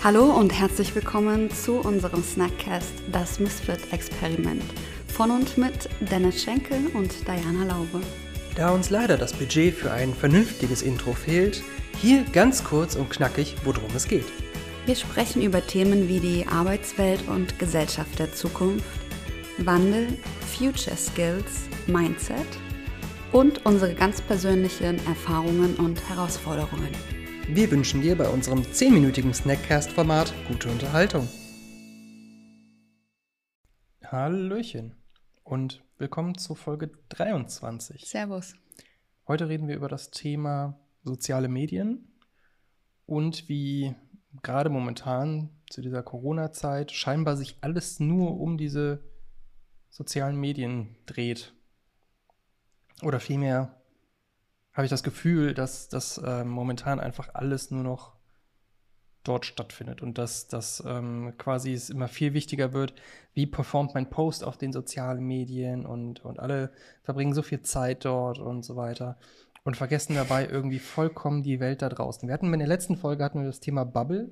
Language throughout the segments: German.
Hallo und herzlich willkommen zu unserem Snackcast Das Misfit-Experiment von und mit Dennis Schenkel und Diana Laube. Da uns leider das Budget für ein vernünftiges Intro fehlt, hier ganz kurz und knackig, worum es geht. Wir sprechen über Themen wie die Arbeitswelt und Gesellschaft der Zukunft, Wandel, Future Skills, Mindset und unsere ganz persönlichen Erfahrungen und Herausforderungen. Wir wünschen dir bei unserem 10-minütigen Snackcast-Format gute Unterhaltung. Hallöchen und willkommen zu Folge 23. Servus. Heute reden wir über das Thema soziale Medien und wie gerade momentan zu dieser Corona-Zeit scheinbar sich alles nur um diese sozialen Medien dreht. Oder vielmehr habe ich das Gefühl, dass das momentan einfach alles nur noch dort stattfindet und dass quasi es immer viel wichtiger wird, wie performt mein Post auf den sozialen Medien und alle verbringen so viel Zeit dort und so weiter und vergessen dabei irgendwie vollkommen die Welt da draußen. In der letzten Folge hatten wir das Thema Bubble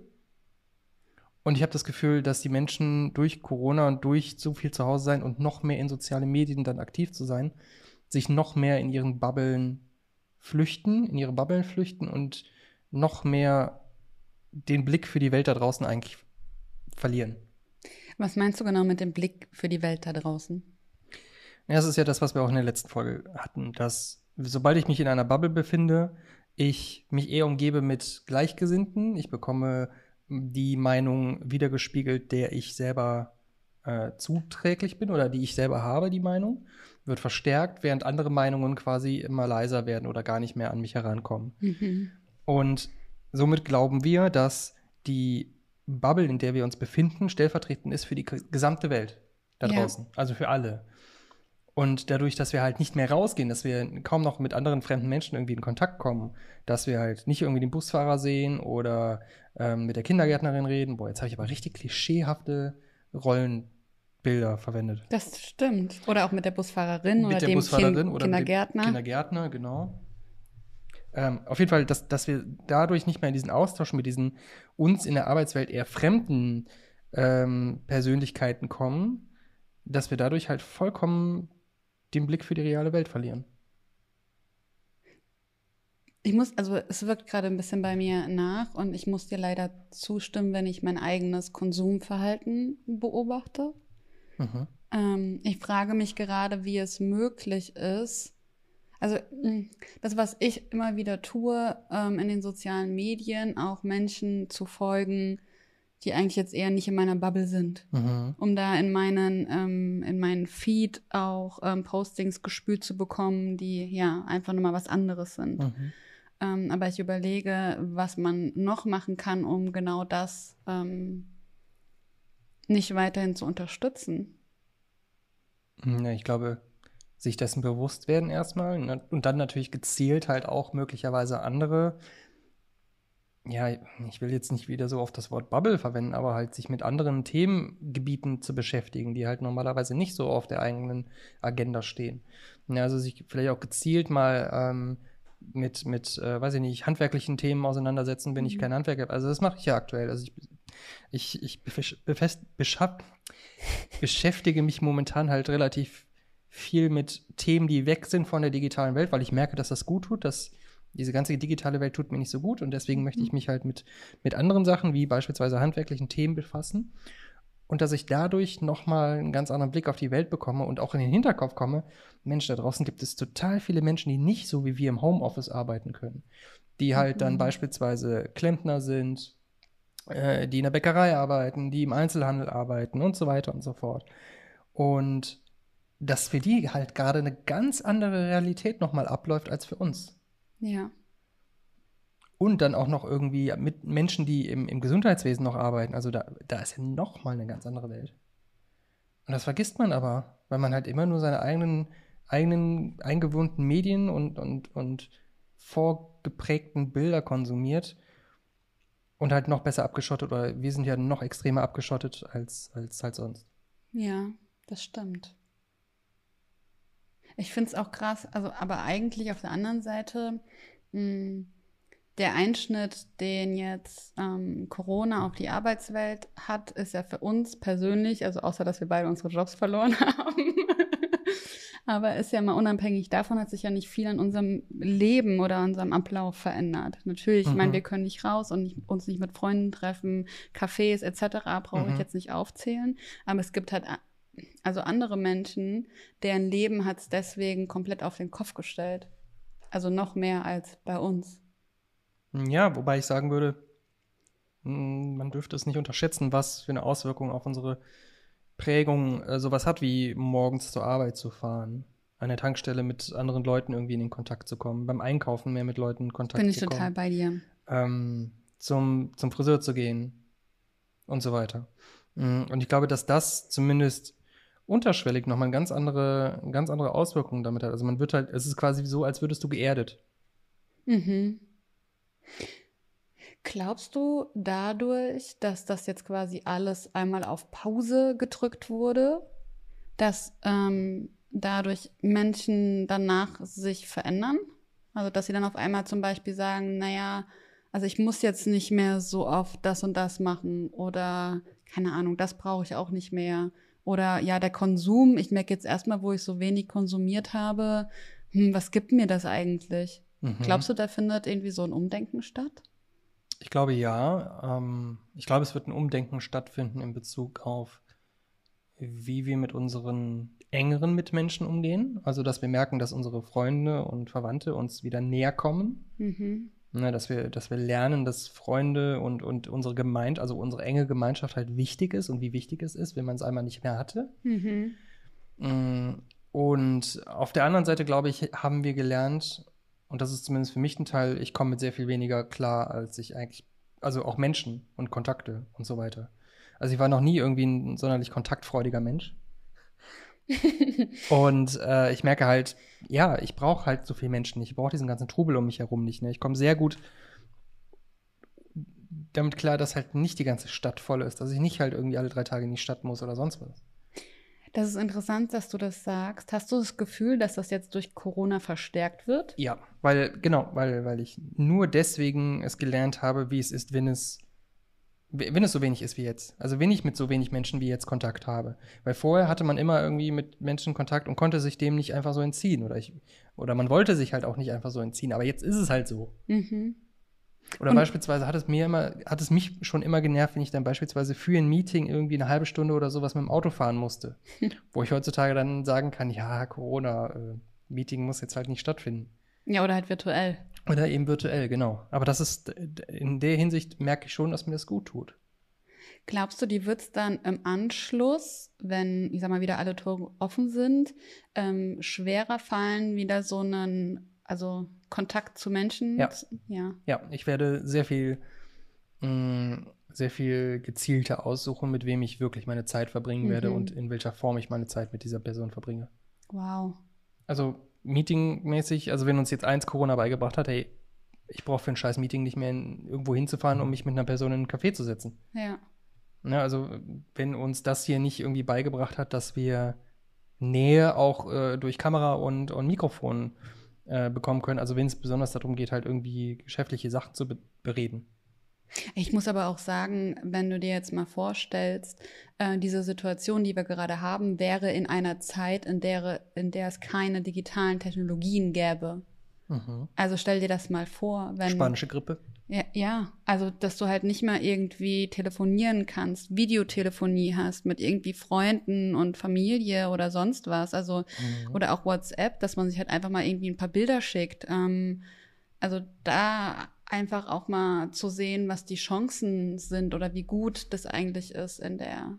und ich habe das Gefühl, dass die Menschen durch Corona und durch so viel zu Hause sein und noch mehr in soziale Medien dann aktiv zu sein, sich noch mehr in ihre Bubbeln flüchten und noch mehr den Blick für die Welt da draußen eigentlich verlieren. Was meinst du genau mit dem Blick für die Welt da draußen? Ja, das ist ja das, was wir auch in der letzten Folge hatten, dass sobald ich mich in einer Bubble befinde, ich mich eher umgebe mit Gleichgesinnten. Ich bekomme die Meinung wiedergespiegelt, der ich selber zuträglich bin oder die ich selber habe, die Meinung, wird verstärkt, während andere Meinungen quasi immer leiser werden oder gar nicht mehr an mich herankommen. Mhm. Und somit glauben wir, dass die Bubble, in der wir uns befinden, stellvertretend ist für die gesamte Welt da draußen, also für alle. Und dadurch, dass wir halt nicht mehr rausgehen, dass wir kaum noch mit anderen fremden Menschen irgendwie in Kontakt kommen, dass wir halt nicht irgendwie den Busfahrer sehen oder mit der Kindergärtnerin reden. Boah, jetzt habe ich aber richtig klischeehafte Rollenbilder verwendet. Das stimmt. Oder auch mit der Busfahrerin oder dem Kindergärtner. Kindergärtner, genau. Auf jeden Fall, dass wir dadurch nicht mehr in diesen Austausch mit diesen uns in der Arbeitswelt eher fremden Persönlichkeiten kommen, dass wir dadurch halt vollkommen den Blick für die reale Welt verlieren. Es wirkt gerade ein bisschen bei mir nach und ich muss dir leider zustimmen, wenn ich mein eigenes Konsumverhalten beobachte. Ich frage mich gerade, wie es möglich ist. Also das, was ich immer wieder tue, in den sozialen Medien, auch Menschen zu folgen, die eigentlich jetzt eher nicht in meiner Bubble sind, um da in meinen Feed auch Postings gespült zu bekommen, die ja einfach nochmal was anderes sind. Aber ich überlege, was man noch machen kann, um genau das nicht weiterhin zu unterstützen. Ja, ich glaube, sich dessen bewusst werden erstmal, ne? Und dann natürlich gezielt halt auch möglicherweise andere, ja, ich will jetzt nicht wieder so oft das Wort Bubble verwenden, aber halt sich mit anderen Themengebieten zu beschäftigen, die halt normalerweise nicht so auf der eigenen Agenda stehen. Ja, also sich vielleicht auch gezielt mal mit weiß ich nicht, handwerklichen Themen auseinandersetzen, wenn ich kein Handwerker habe. Also das mache ich ja aktuell. Also ich beschäftige mich momentan halt relativ viel mit Themen, die weg sind von der digitalen Welt, weil ich merke, dass das gut tut, dass diese ganze digitale Welt tut mir nicht so gut und deswegen möchte ich mich halt mit anderen Sachen, wie beispielsweise handwerklichen Themen befassen und dass ich dadurch nochmal einen ganz anderen Blick auf die Welt bekomme und auch in den Hinterkopf komme, Mensch, da draußen gibt es total viele Menschen, die nicht so wie wir im Homeoffice arbeiten können, die halt dann beispielsweise Klempner sind, die in der Bäckerei arbeiten, die im Einzelhandel arbeiten und so weiter und so fort. Und dass für die halt gerade eine ganz andere Realität nochmal abläuft als für uns. Ja. Und dann auch noch irgendwie mit Menschen, die im Gesundheitswesen noch arbeiten. Also da ist ja nochmal eine ganz andere Welt. Und das vergisst man aber, weil man halt immer nur seine eigenen eingewohnten Medien und vorgeprägten Bilder konsumiert und halt noch besser abgeschottet, oder wir sind ja noch extremer abgeschottet als halt sonst. Ja, das stimmt. Ich finde es auch krass, also aber eigentlich auf der anderen Seite, der der Einschnitt, den jetzt Corona auf die Arbeitswelt hat, ist ja für uns persönlich, also außer, dass wir beide unsere Jobs verloren haben, aber ist ja mal unabhängig davon, hat sich ja nicht viel an unserem Leben oder unserem Ablauf verändert. Natürlich, ich meine, wir können nicht raus und uns nicht mit Freunden treffen, Cafés etc. brauche ich jetzt nicht aufzählen, aber es gibt halt also andere Menschen, deren Leben hat es deswegen komplett auf den Kopf gestellt. Also noch mehr als bei uns. Ja, wobei ich sagen würde, man dürfte es nicht unterschätzen, was für eine Auswirkung auf unsere Prägung sowas hat, wie morgens zur Arbeit zu fahren, an der Tankstelle mit anderen Leuten irgendwie in den Kontakt zu kommen, beim Einkaufen mehr mit Leuten in Kontakt Bin zu ich total kommen, bei dir. Zum Friseur zu gehen und so weiter. Und ich glaube, dass das zumindest unterschwellig nochmal ganz andere Auswirkungen damit hat. Also man wird halt, es ist quasi so, als würdest du geerdet. Mhm. Glaubst du dadurch, dass das jetzt quasi alles einmal auf Pause gedrückt wurde, dass dadurch Menschen danach sich verändern? Also dass sie dann auf einmal zum Beispiel sagen, naja, also ich muss jetzt nicht mehr so oft das und das machen oder keine Ahnung, das brauche ich auch nicht mehr. Oder ja, der Konsum, ich merke jetzt erstmal, wo ich so wenig konsumiert habe, was gibt mir das eigentlich? Glaubst du, da findet irgendwie so ein Umdenken statt? Ich glaube ja. Ich glaube, es wird ein Umdenken stattfinden in Bezug auf, wie wir mit unseren engeren Mitmenschen umgehen. Also, dass wir merken, dass unsere Freunde und Verwandte uns wieder näher kommen. Ne, dass wir lernen, dass Freunde und unsere also unsere enge Gemeinschaft halt wichtig ist und wie wichtig es ist, wenn man es einmal nicht mehr hatte. Und auf der anderen Seite, glaube ich, haben wir gelernt, und das ist zumindest für mich ein Teil, ich komme mit sehr viel weniger klar, als ich eigentlich, also auch Menschen und Kontakte und so weiter. Also ich war noch nie irgendwie ein sonderlich kontaktfreudiger Mensch. Und ich merke halt, ja, ich brauche halt so viele Menschen nicht. Ich brauche diesen ganzen Trubel um mich herum nicht. Ne? Ich komme sehr gut damit klar, dass halt nicht die ganze Stadt voll ist. Dass ich nicht halt irgendwie alle 3 Tage in die Stadt muss oder sonst was. Das ist interessant, dass du das sagst. Hast du das Gefühl, dass das jetzt durch Corona verstärkt wird? Ja, weil ich nur deswegen es gelernt habe, wie es ist, wenn es so wenig ist wie jetzt. Also wenn ich mit so wenig Menschen wie jetzt Kontakt habe. Weil vorher hatte man immer irgendwie mit Menschen Kontakt und konnte sich dem nicht einfach so entziehen. Oder man wollte sich halt auch nicht einfach so entziehen. Aber jetzt ist es halt so. Oder beispielsweise hat es mich schon immer genervt, wenn ich dann beispielsweise für ein Meeting irgendwie eine halbe Stunde oder sowas mit dem Auto fahren musste. Wo ich heutzutage dann sagen kann, ja, Corona, Meeting muss jetzt halt nicht stattfinden. Ja, oder halt virtuell. Oder eben virtuell, genau. Aber das ist, in der Hinsicht merke ich schon, dass mir das gut tut. Glaubst du, die wird es dann im Anschluss, wenn, ich sag mal, wieder alle Tore offen sind, schwerer fallen, wieder so einen, also Kontakt zu Menschen? Ja, ich werde sehr viel gezielter aussuchen, mit wem ich wirklich meine Zeit verbringen werde und in welcher Form ich meine Zeit mit dieser Person verbringe. Wow. Also meetingmäßig, also wenn uns jetzt Corona beigebracht hat, hey, ich brauche für ein scheiß Meeting nicht mehr irgendwo hinzufahren, um mich mit einer Person in einen Café zu setzen. Ja. Also wenn uns das hier nicht irgendwie beigebracht hat, dass wir Nähe auch durch Kamera und Mikrofon bekommen können, also wenn es besonders darum geht, halt irgendwie geschäftliche Sachen zu bereden. Ich muss aber auch sagen, wenn du dir jetzt mal vorstellst, diese Situation, die wir gerade haben, wäre in einer Zeit, in der es keine digitalen Technologien gäbe. Also stell dir das mal vor, wenn Spanische Grippe. Ja, also dass du halt nicht mal irgendwie telefonieren kannst, Videotelefonie hast mit irgendwie Freunden und Familie oder sonst was, also oder auch WhatsApp, dass man sich halt einfach mal irgendwie ein paar Bilder schickt. Also da einfach auch mal zu sehen, was die Chancen sind oder wie gut das eigentlich ist in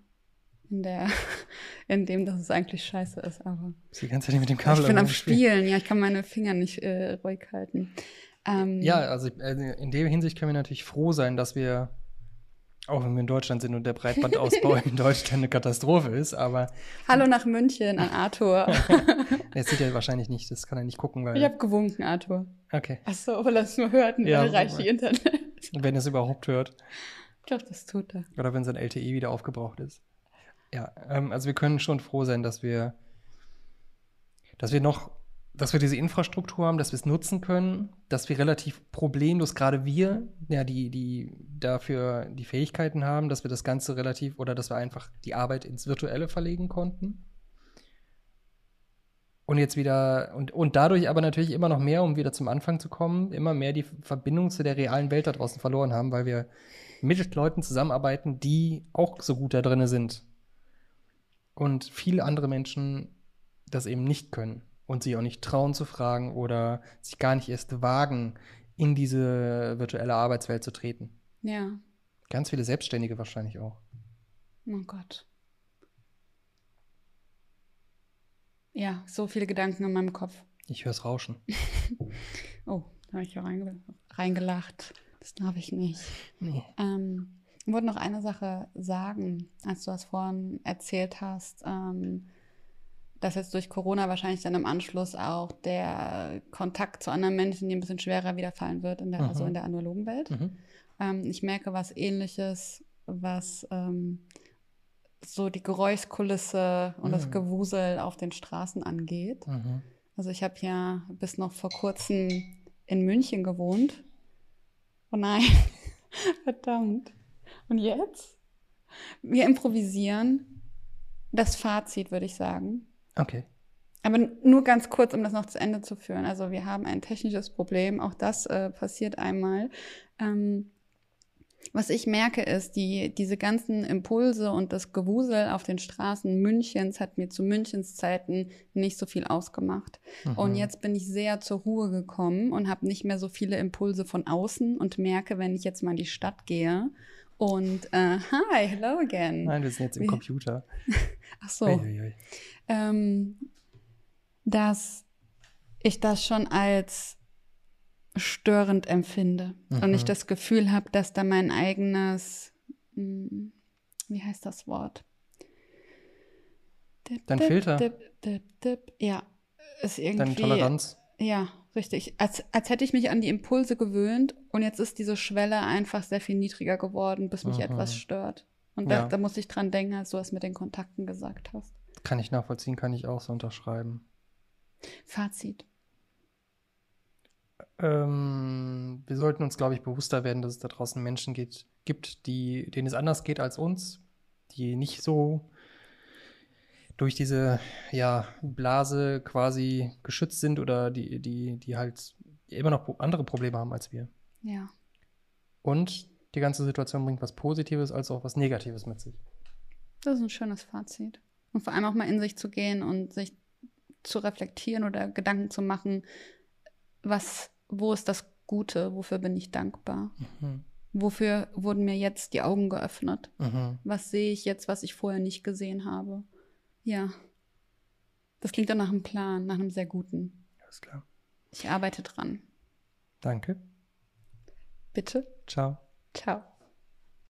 dem, dass es eigentlich scheiße ist. Aber die ganze Zeit mit dem Kabel. Ich bin am Spielen, ja, ich kann meine Finger nicht ruhig halten. Ja, also in der Hinsicht können wir natürlich froh sein, dass wir, auch wenn wir in Deutschland sind und der Breitbandausbau in Deutschland eine Katastrophe ist, aber Hallo nach München an Arthur. Das sieht er wahrscheinlich nicht, das kann er nicht gucken, weil. Ich habe gewunken, Arthur. Okay. Achso, weil er es nur hört, ja, reicht die Internet. Wenn er es überhaupt hört. Doch, das tut er. Oder wenn sein LTE wieder aufgebraucht ist. Ja, also wir können schon froh sein, dass wir noch dass wir diese Infrastruktur haben, dass wir es nutzen können, dass wir relativ problemlos, gerade wir, ja, die dafür die Fähigkeiten haben, dass wir das Ganze relativ, oder dass wir einfach die Arbeit ins Virtuelle verlegen konnten. Und jetzt wieder, und dadurch aber natürlich immer noch mehr, um wieder zum Anfang zu kommen, immer mehr die Verbindung zu der realen Welt da draußen verloren haben, weil wir mit Leuten zusammenarbeiten, die auch so gut da drin sind. Und viele andere Menschen das eben nicht können und sich auch nicht trauen zu fragen oder sich gar nicht erst wagen, in diese virtuelle Arbeitswelt zu treten. Ja. Ganz viele Selbstständige wahrscheinlich auch. Oh Gott. Ja, so viele Gedanken in meinem Kopf. Ich höre es rauschen. Oh, da habe ich ja reingelacht. Das darf ich nicht. Nee. Ich wollte noch eine Sache sagen, als du das vorhin erzählt hast, dass jetzt durch Corona wahrscheinlich dann im Anschluss auch der Kontakt zu anderen Menschen, die ein bisschen schwerer wieder fallen wird, also in der analogen Welt. Ich merke was Ähnliches, was so die Geräuschkulisse und das Gewusel auf den Straßen angeht. Also ich habe ja bis noch vor kurzem in München gewohnt. Oh nein, verdammt. Und jetzt? Wir improvisieren. Das Fazit, würde ich sagen. Okay. Aber nur ganz kurz, um das noch zu Ende zu führen. Also wir haben ein technisches Problem. Auch das passiert einmal. Was ich merke, ist, diese ganzen Impulse und das Gewusel auf den Straßen Münchens hat mir zu Münchens Zeiten nicht so viel ausgemacht. Und jetzt bin ich sehr zur Ruhe gekommen und habe nicht mehr so viele Impulse von außen und merke, wenn ich jetzt mal in die Stadt gehe und hi, hello again. Nein, wir sind jetzt im Computer. Ach so. Dass ich das schon als störend empfinde und ich das Gefühl habe, dass da mein eigenes, wie heißt das Wort? Dein Filter? Ja, ist irgendwie. Deine Toleranz? Ja, richtig. Als hätte ich mich an die Impulse gewöhnt und jetzt ist diese Schwelle einfach sehr viel niedriger geworden, bis mich etwas stört. Und da muss ich dran denken, als du es mit den Kontakten gesagt hast. Kann ich nachvollziehen, kann ich auch so unterschreiben. Fazit. Wir sollten uns, glaube ich, bewusster werden, dass es da draußen Menschen gibt, denen es anders geht als uns, die nicht so durch diese Blase quasi geschützt sind oder die halt immer noch andere Probleme haben als wir. Ja. Und die ganze Situation bringt was Positives als auch was Negatives mit sich. Das ist ein schönes Fazit. Und vor allem auch mal in sich zu gehen und sich zu reflektieren oder Gedanken zu machen, wo ist das Gute, wofür bin ich dankbar? Wofür wurden mir jetzt die Augen geöffnet? Was sehe ich jetzt, was ich vorher nicht gesehen habe? Ja, das klingt dann nach einem Plan, nach einem sehr guten. Alles klar. Ich arbeite dran. Danke. Bitte? Ciao. Ciao.